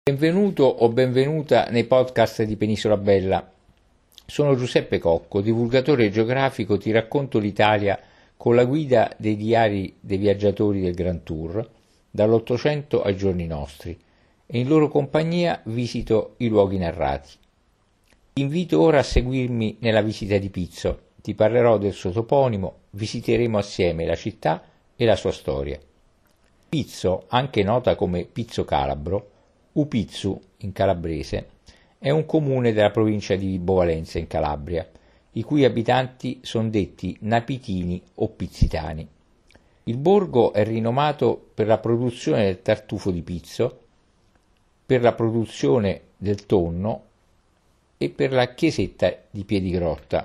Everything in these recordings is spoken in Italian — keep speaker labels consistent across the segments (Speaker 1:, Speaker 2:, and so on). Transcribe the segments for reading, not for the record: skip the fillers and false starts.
Speaker 1: Benvenuto o benvenuta nei podcast di Penisola Bella. Sono Giuseppe Cocco, divulgatore geografico, ti racconto l'Italia con la guida dei diari dei viaggiatori del Grand Tour, dall'Ottocento ai giorni nostri, e in loro compagnia visito i luoghi narrati. Ti invito ora a seguirmi nella visita di Pizzo, ti parlerò del suo toponimo, visiteremo assieme la città e la sua storia. Pizzo, anche nota come Pizzo Calabro, Upizzu in calabrese, è un comune della provincia di Vibo Valentia in Calabria, i cui abitanti sono detti napitini o pizzitani. Il borgo è rinomato per la produzione del tartufo di Pizzo, per la produzione del tonno e per la chiesetta di Piedigrotta.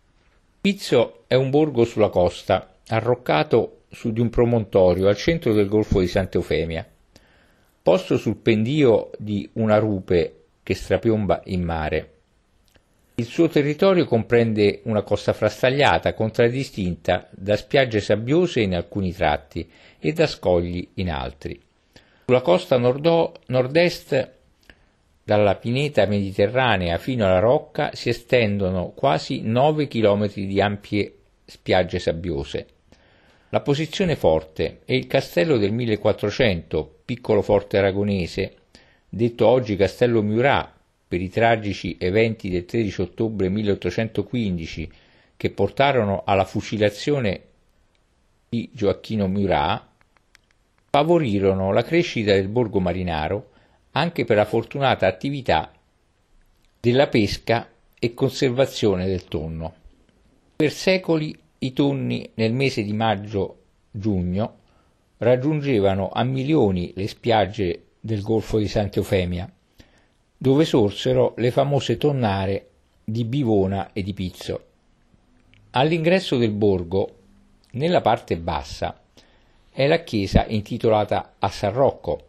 Speaker 1: Pizzo è un borgo sulla costa, arroccato su di un promontorio al centro del golfo di Sant'Eufemia. Posto sul pendio di una rupe che strapiomba in mare. Il suo territorio comprende una costa frastagliata, contraddistinta da spiagge sabbiose in alcuni tratti e da scogli in altri. Sulla costa nord-est, dalla pineta mediterranea fino alla rocca, si estendono quasi 9 chilometri di ampie spiagge sabbiose. La posizione forte è il castello del 1400, piccolo forte aragonese, detto oggi Castello Murat per i tragici eventi del 13 ottobre 1815 che portarono alla fucilazione di Gioacchino Murat, favorirono la crescita del borgo marinaro anche per la fortunata attività della pesca e conservazione del tonno. Per secoli i tonni nel mese di maggio-giugno raggiungevano a milioni le spiagge del golfo di Sant'Eufemia, dove sorsero le famose tonnare di Bivona e di Pizzo. All'ingresso del borgo, nella parte bassa, è la chiesa intitolata a San Rocco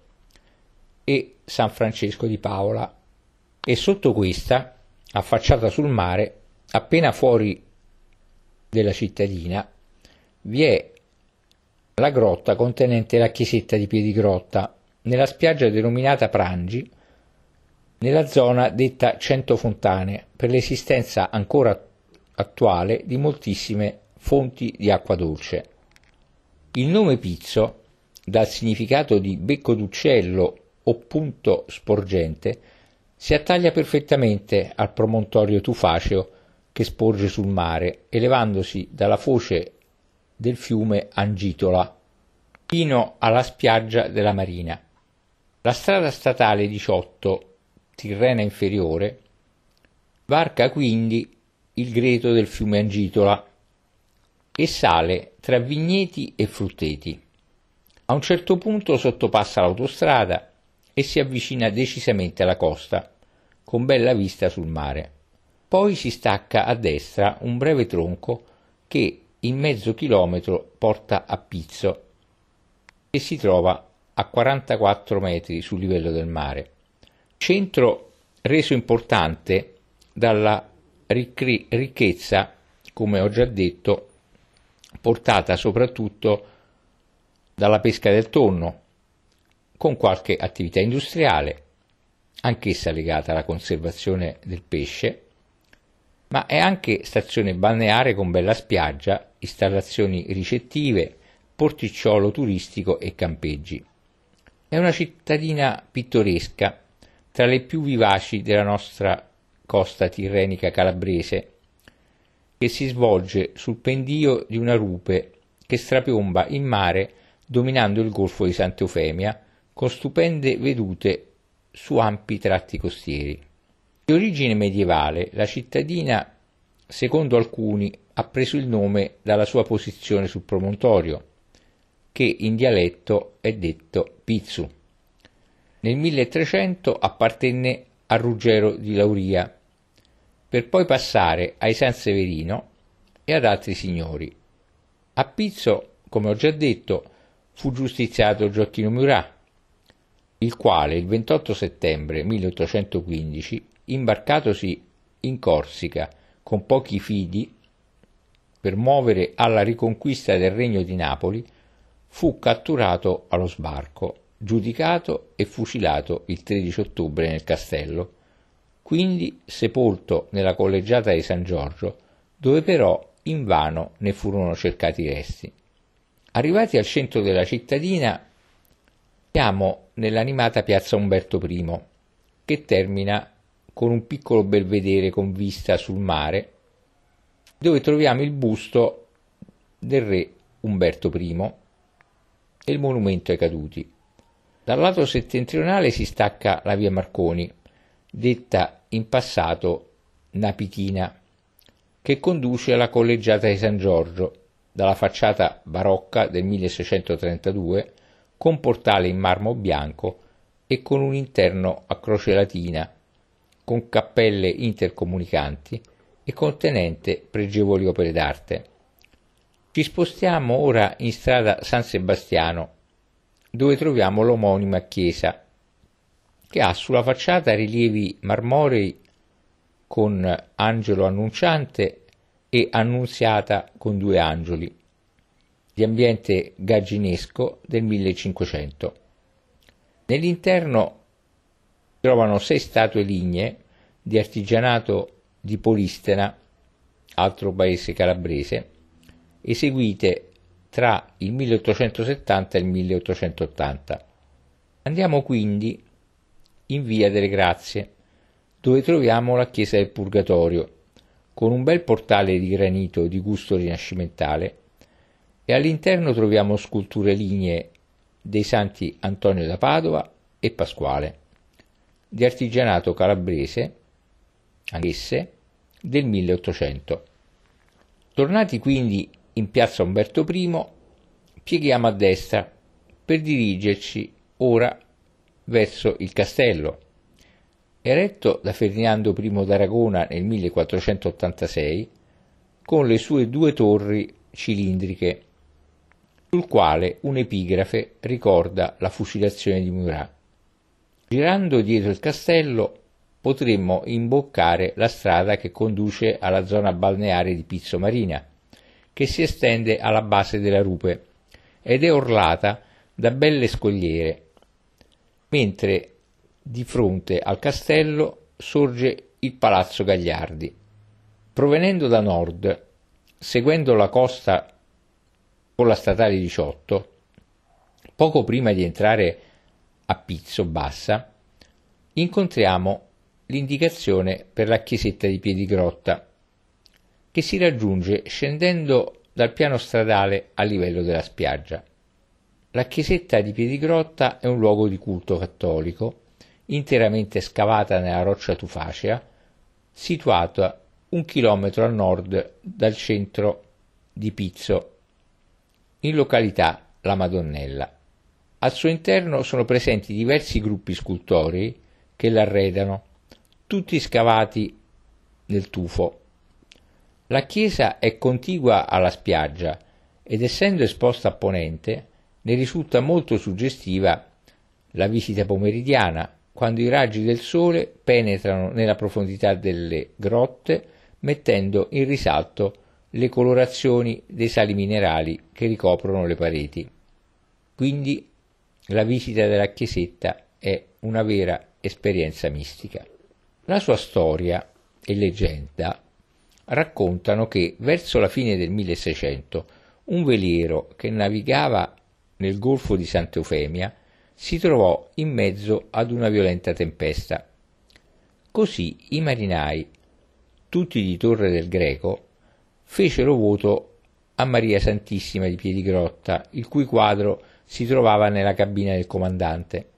Speaker 1: e San Francesco di Paola, e sotto questa, affacciata sul mare, appena fuori della cittadina, vi è la grotta contenente la chiesetta di Piedigrotta, nella spiaggia denominata Prangi, nella zona detta Centofontane, per l'esistenza ancora attuale di moltissime fonti di acqua dolce. Il nome Pizzo, dal significato di becco d'uccello o punto sporgente, si attaglia perfettamente al promontorio tufaceo che sporge sul mare, elevandosi dalla foce del fiume Angitola fino alla spiaggia della Marina. La strada statale 18, Tirrena Inferiore, varca quindi il greto del fiume Angitola e sale tra vigneti e frutteti. A un certo punto sottopassa l'autostrada e si avvicina decisamente alla costa, con bella vista sul mare. Poi si stacca a destra un breve tronco che in mezzo chilometro porta a Pizzo, che si trova a 44 metri sul livello del mare. Centro reso importante dalla ricchezza, come ho già detto, portata soprattutto dalla pesca del tonno, con qualche attività industriale, anch'essa legata alla conservazione del pesce, ma è anche stazione balneare con bella spiaggia, installazioni ricettive, porticciolo turistico e campeggi. È una cittadina pittoresca, tra le più vivaci della nostra costa tirrenica calabrese, che si svolge sul pendio di una rupe che strapiomba in mare dominando il golfo di Sant'Eufemia, con stupende vedute su ampi tratti costieri. Di origine medievale, la cittadina, secondo alcuni, ha preso il nome dalla sua posizione sul promontorio, che in dialetto è detto Pizzu. Nel 1300 appartenne a Ruggero di Lauria, per poi passare ai Sanseverino e ad altri signori. A Pizzo, come ho già detto, fu giustiziato Gioacchino Murat, il quale il 28 settembre 1815, imbarcatosi in Corsica con pochi fidi per muovere alla riconquista del regno di Napoli, fu catturato allo sbarco giudicato e fucilato il 13 ottobre nel castello, quindi sepolto nella collegiata di San Giorgio, dove però invano ne furono cercati i resti. Arrivati al centro della cittadina, siamo nell'animata piazza Umberto I, che termina con un piccolo belvedere con vista sul mare, dove troviamo il busto del re Umberto I e il monumento ai caduti. Dal lato settentrionale si stacca la via Marconi, detta in passato Napitina, che conduce alla collegiata di San Giorgio, dalla facciata barocca del 1632, con portale in marmo bianco e con un interno a croce latina, con cappelle intercomunicanti e contenente pregevoli opere d'arte. Ci spostiamo ora in strada San Sebastiano, dove troviamo l'omonima chiesa, che ha sulla facciata rilievi marmorei con angelo annunciante e annunziata con due angeli, di ambiente gagginesco del 1500. Nell'interno si trovano 6 statue lignee di artigianato di Polistena, altro paese calabrese, eseguite tra il 1870 e il 1880. Andiamo quindi in Via delle Grazie, dove troviamo la chiesa del Purgatorio, con un bel portale di granito di gusto rinascimentale, e all'interno troviamo sculture lignee dei santi Antonio da Padova e Pasquale, di artigianato calabrese, anch'esse del 1800. Tornati quindi in piazza Umberto I, pieghiamo a destra per dirigerci ora verso il castello, eretto da Ferdinando I d'Aragona nel 1486, con le sue 2 torri cilindriche, sul quale un'epigrafe ricorda la fucilazione di Murat. Girando dietro il castello potremmo imboccare la strada che conduce alla zona balneare di Pizzo Marina, che si estende alla base della rupe ed è orlata da belle scogliere, mentre di fronte al castello sorge il Palazzo Gagliardi. Provenendo da nord, seguendo la costa con la statale 18, poco prima di entrare a Pizzo Bassa, incontriamo l'indicazione per la chiesetta di Piedigrotta, che si raggiunge scendendo dal piano stradale a livello della spiaggia. La chiesetta di Piedigrotta è un luogo di culto cattolico, interamente scavata nella roccia tufacea, situata 1 chilometro a nord dal centro di Pizzo, in località La Madonnella. Al suo interno sono presenti diversi gruppi scultorei che l'arredano, tutti scavati nel tufo. La chiesa è contigua alla spiaggia ed essendo esposta a ponente ne risulta molto suggestiva la visita pomeridiana, quando i raggi del sole penetrano nella profondità delle grotte, mettendo in risalto le colorazioni dei sali minerali che ricoprono le pareti. Quindi la visita della chiesetta è una vera esperienza mistica. La sua storia e leggenda raccontano che verso la fine del 1600 un veliero che navigava nel golfo di Sant'Eufemia si trovò in mezzo ad una violenta tempesta. Così i marinai, tutti di Torre del Greco, fecero voto a Maria Santissima di Piedigrotta, il cui quadro si trovava nella cabina del comandante.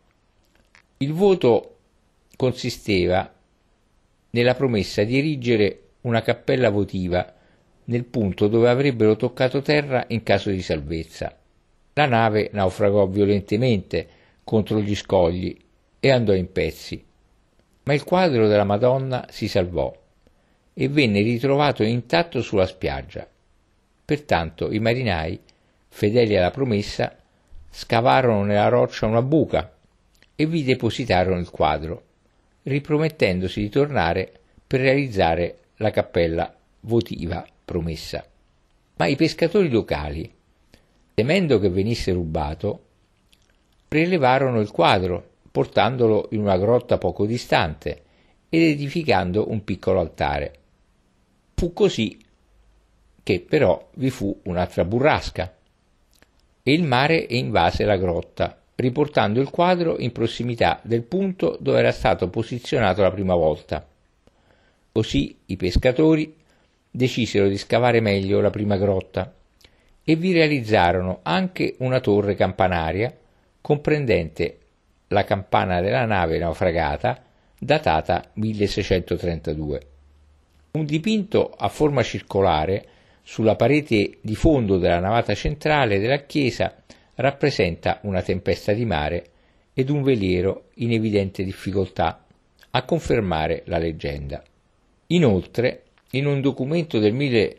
Speaker 1: Il voto consisteva nella promessa di erigere una cappella votiva nel punto dove avrebbero toccato terra in caso di salvezza. La nave naufragò violentemente contro gli scogli e andò in pezzi, ma il quadro della Madonna si salvò e venne ritrovato intatto sulla spiaggia. Pertanto i marinai, fedeli alla promessa, scavarono nella roccia una buca e vi depositarono il quadro, ripromettendosi di tornare per realizzare la cappella votiva promessa. Ma i pescatori locali, temendo che venisse rubato, prelevarono il quadro, portandolo in una grotta poco distante ed edificando un piccolo altare. Fu così che però vi fu un'altra burrasca e il mare invase la grotta, riportando il quadro in prossimità del punto dove era stato posizionato la prima volta. Così i pescatori decisero di scavare meglio la prima grotta e vi realizzarono anche una torre campanaria comprendente la campana della nave naufragata datata 1632. Un dipinto a forma circolare sulla parete di fondo della navata centrale della chiesa rappresenta una tempesta di mare ed un veliero in evidente difficoltà a confermare la leggenda. Inoltre, in un documento del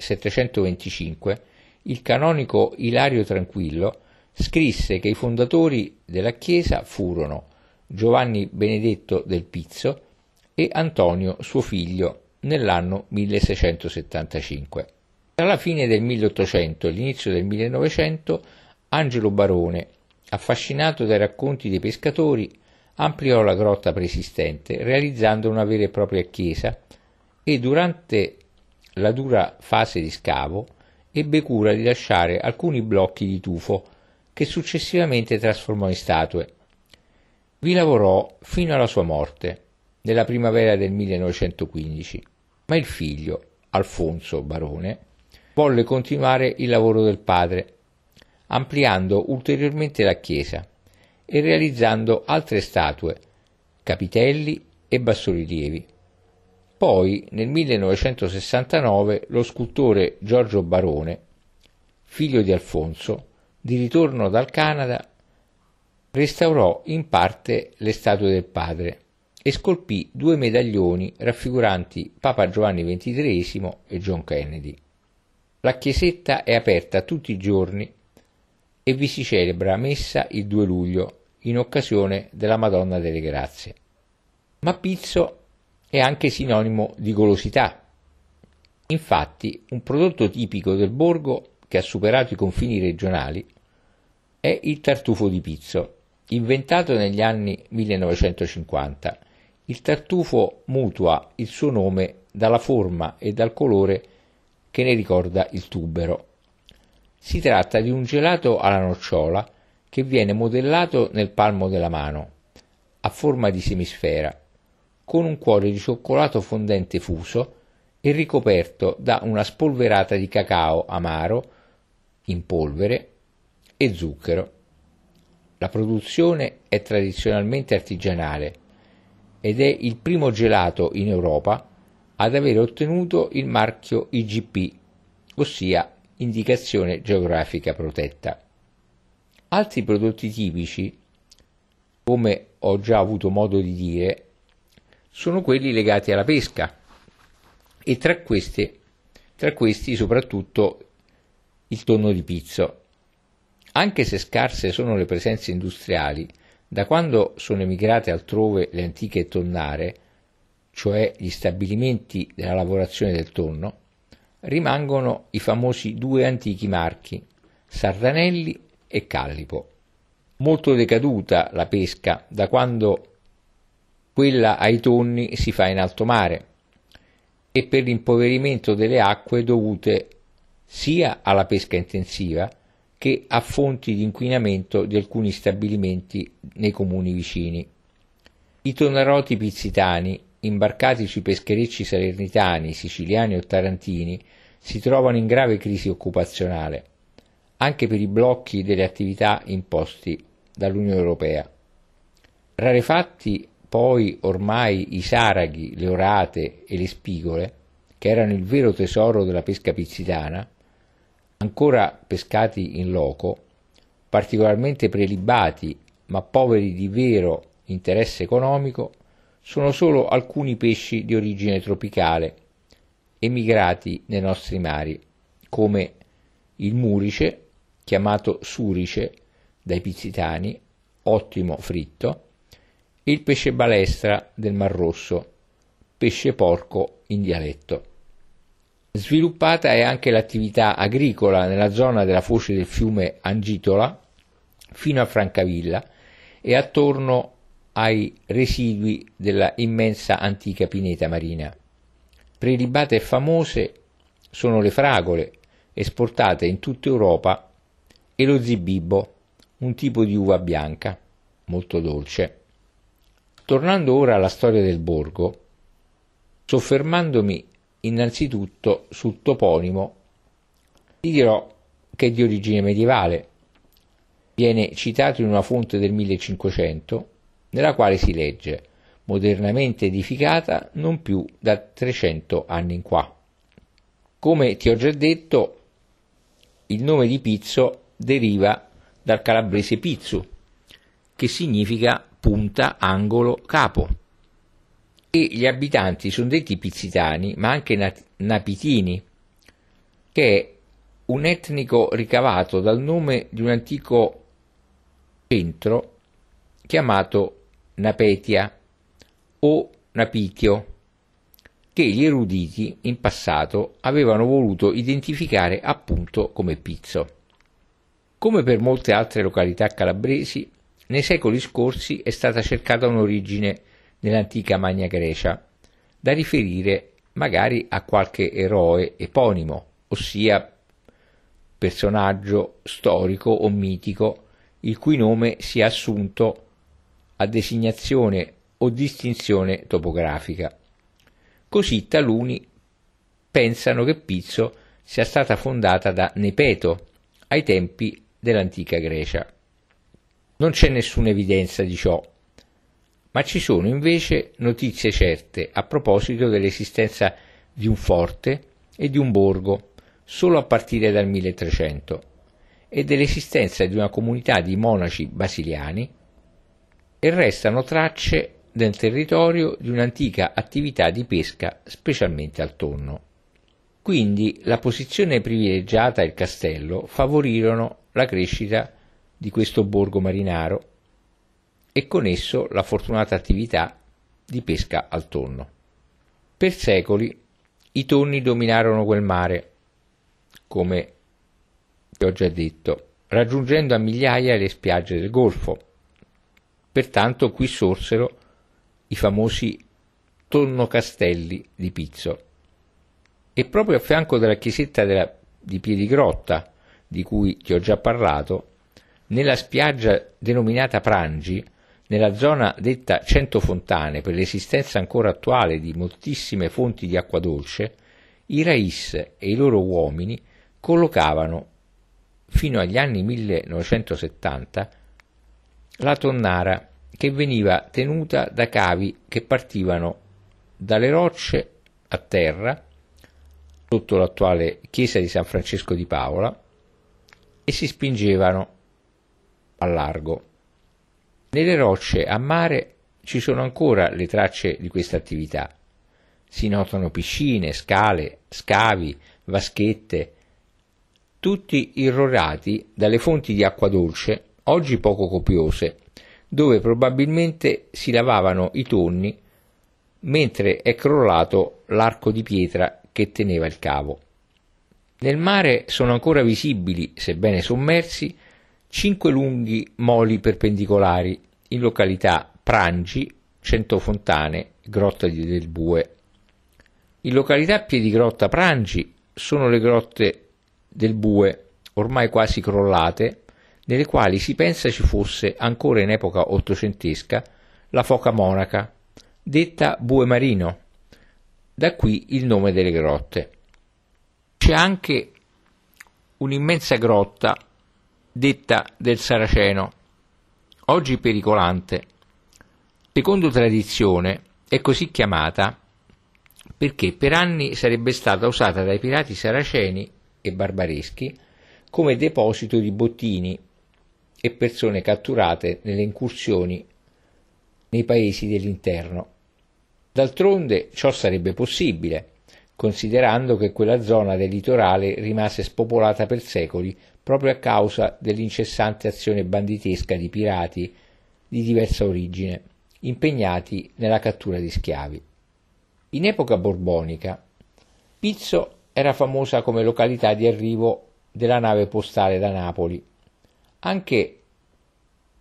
Speaker 1: 1725, il canonico Ilario Tranquillo scrisse che i fondatori della chiesa furono Giovanni Benedetto del Pizzo e Antonio suo figlio nell'anno 1675. Tra la fine del 1800 e l'inizio del 1900 Angelo Barone, affascinato dai racconti dei pescatori, ampliò la grotta preesistente realizzando una vera e propria chiesa e durante la dura fase di scavo ebbe cura di lasciare alcuni blocchi di tufo che successivamente trasformò in statue. Vi lavorò fino alla sua morte, nella primavera del 1915, ma il figlio, Alfonso Barone, volle continuare il lavoro del padre, ampliando ulteriormente la chiesa e realizzando altre statue, capitelli e bassorilievi. Poi, nel 1969, lo scultore Giorgio Barone, figlio di Alfonso, di ritorno dal Canada, restaurò in parte le statue del padre e scolpì 2 medaglioni raffiguranti Papa Giovanni XXIII e John Kennedy. La chiesetta è aperta tutti i giorni e vi si celebra messa il 2 luglio in occasione della Madonna delle Grazie. Ma Pizzo è anche sinonimo di golosità. Infatti, un prodotto tipico del borgo che ha superato i confini regionali è il tartufo di Pizzo, inventato negli anni 1950. Il tartufo mutua il suo nome dalla forma e dal colore che ne ricorda il tubero. Si tratta di un gelato alla nocciola che viene modellato nel palmo della mano, a forma di semisfera, con un cuore di cioccolato fondente fuso e ricoperto da una spolverata di cacao amaro in polvere e zucchero. La produzione è tradizionalmente artigianale ed è il primo gelato in Europa ad aver ottenuto il marchio IGP, ossia Indicazione Geografica Protetta. Altri prodotti tipici, come ho già avuto modo di dire, sono quelli legati alla pesca e tra questi soprattutto il tonno di Pizzo. Anche se scarse sono le presenze industriali, da quando sono emigrate altrove le antiche tonnare, cioè gli stabilimenti della lavorazione del tonno, rimangono i famosi 2 antichi marchi, Sardanelli e Callipo. Molto decaduta la pesca da quando quella ai tonni si fa in alto mare e per l'impoverimento delle acque dovute sia alla pesca intensiva che a fonti di inquinamento di alcuni stabilimenti nei comuni vicini. I tonnaroti pizzitani, imbarcati sui pescherecci salernitani, siciliani o tarantini, si trovano in grave crisi occupazionale, anche per i blocchi delle attività imposti dall'Unione Europea. Rarefatti poi ormai i saraghi, le orate e le spigole, che erano il vero tesoro della pesca pizzitana, ancora pescati in loco, particolarmente prelibati ma poveri di vero interesse economico, sono solo alcuni pesci di origine tropicale emigrati nei nostri mari, come il murice, chiamato surice dai pizzitani, ottimo fritto, e il pesce balestra del Mar Rosso, pesce porco in dialetto. Sviluppata è anche l'attività agricola nella zona della foce del fiume Angitola fino a Francavilla e attorno ai residui della immensa antica pineta marina. Prelibate e famose sono le fragole, esportate in tutta Europa, e lo zibibbo, un tipo di uva bianca, molto dolce. Tornando ora alla storia del borgo, soffermandomi innanzitutto sul toponimo, ti dirò che è di origine medievale. Viene citato in una fonte del 1500, nella quale si legge: modernamente edificata non più da 300 anni in qua. Come ti ho già detto, il nome di Pizzo deriva dal calabrese pizzu, che significa punta, angolo, capo, e gli abitanti sono detti pizzitani, ma anche napitini, che è un etnico ricavato dal nome di un antico centro chiamato Napetia o Napitio, che gli eruditi in passato avevano voluto identificare appunto come Pizzo. Come per molte altre località calabresi, nei secoli scorsi è stata cercata un'origine nell'antica Magna Grecia, da riferire magari a qualche eroe eponimo, ossia personaggio storico o mitico il cui nome sia assunto a designazione o distinzione topografica. Così taluni pensano che Pizzo sia stata fondata da Nepeto ai tempi dell'antica Grecia. Non c'è nessuna evidenza di ciò, ma ci sono invece notizie certe a proposito dell'esistenza di un forte e di un borgo solo a partire dal 1300 e dell'esistenza di una comunità di monaci basiliani, e restano tracce nel territorio di un'antica attività di pesca, specialmente al tonno. Quindi la posizione privilegiata e il castello favorirono la crescita di questo borgo marinaro e con esso la fortunata attività di pesca al tonno. Per secoli i tonni dominarono quel mare, come ti ho già detto, raggiungendo a migliaia le spiagge del Golfo. Pertanto qui sorsero i famosi tonnocastelli di Pizzo. E proprio a fianco della chiesetta di Piedigrotta, di cui ti ho già parlato, nella spiaggia denominata Prangi, nella zona detta Centofontane per l'esistenza ancora attuale di moltissime fonti di acqua dolce, i Rais e i loro uomini collocavano, fino agli anni 1970, la tonnara, che veniva tenuta da cavi che partivano dalle rocce a terra, sotto l'attuale chiesa di San Francesco di Paola, e si spingevano a largo. Nelle rocce a mare ci sono ancora le tracce di questa attività. Si notano piscine, scale, scavi, vaschette, tutti irrorati dalle fonti di acqua dolce, oggi poco copiose, dove probabilmente si lavavano i tonni mentre è crollato l'arco di pietra che teneva il cavo. Nel mare sono ancora visibili, sebbene sommersi, 5 lunghi moli perpendicolari in località Prangi, Centofontane, Grotta del Bue. In località Piedigrotta Prangi sono le grotte del Bue, ormai quasi crollate, nelle quali si pensa ci fosse ancora in epoca ottocentesca la foca monaca, detta bue marino, da qui il nome delle grotte. C'è anche un'immensa grotta detta del Saraceno, oggi pericolante. Secondo tradizione è così chiamata perché per anni sarebbe stata usata dai pirati saraceni e barbareschi come deposito di bottini e persone catturate nelle incursioni nei paesi dell'interno. D'altronde ciò sarebbe possibile, considerando che quella zona del litorale rimase spopolata per secoli proprio a causa dell'incessante azione banditesca di pirati di diversa origine, impegnati nella cattura di schiavi. In epoca borbonica, Pizzo era famosa come località di arrivo della nave postale da Napoli, anche se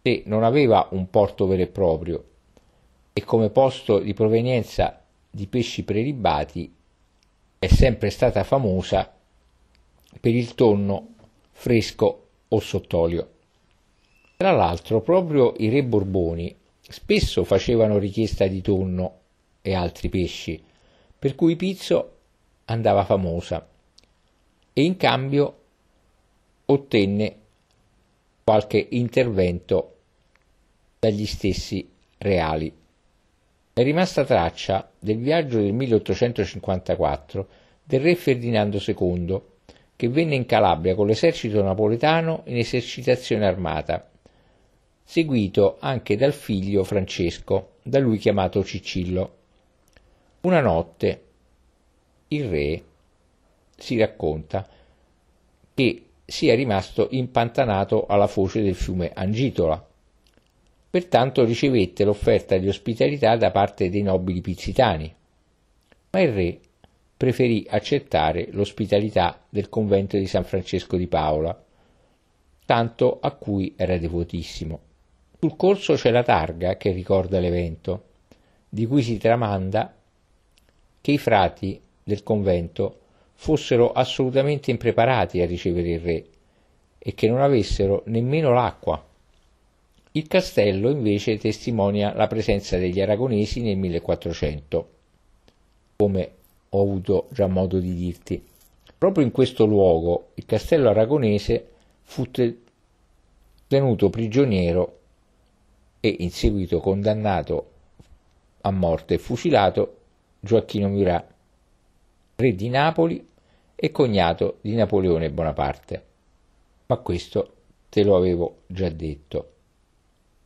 Speaker 1: re non aveva un porto vero e proprio e come posto di provenienza di pesci prelibati è sempre stata famosa per il tonno fresco o sott'olio. Tra l'altro, proprio i re Borboni spesso facevano richiesta di tonno e altri pesci, per cui Pizzo andava famosa e in cambio ottenne qualche intervento dagli stessi reali. È rimasta traccia del viaggio del 1854 del re Ferdinando II, che venne in Calabria con l'esercito napoletano in esercitazione armata, seguito anche dal figlio Francesco, da lui chiamato Cicillo. Una notte il re si racconta che sia rimasto impantanato alla foce del fiume Angitola. Pertanto ricevette l'offerta di ospitalità da parte dei nobili pizzitani, ma il re preferì accettare l'ospitalità del convento di San Francesco di Paola, tanto a cui era devotissimo. Sul corso c'è la targa che ricorda l'evento, di cui si tramanda che i frati del convento fossero assolutamente impreparati a ricevere il re e che non avessero nemmeno l'acqua. Il castello invece testimonia la presenza degli aragonesi nel 1400, come ho avuto già modo di dirti. Proprio in questo luogo il castello aragonese fu tenuto prigioniero e in seguito condannato a morte e fucilato Gioacchino Murat, re di Napoli e cognato di Napoleone Bonaparte. Ma questo te lo avevo già detto.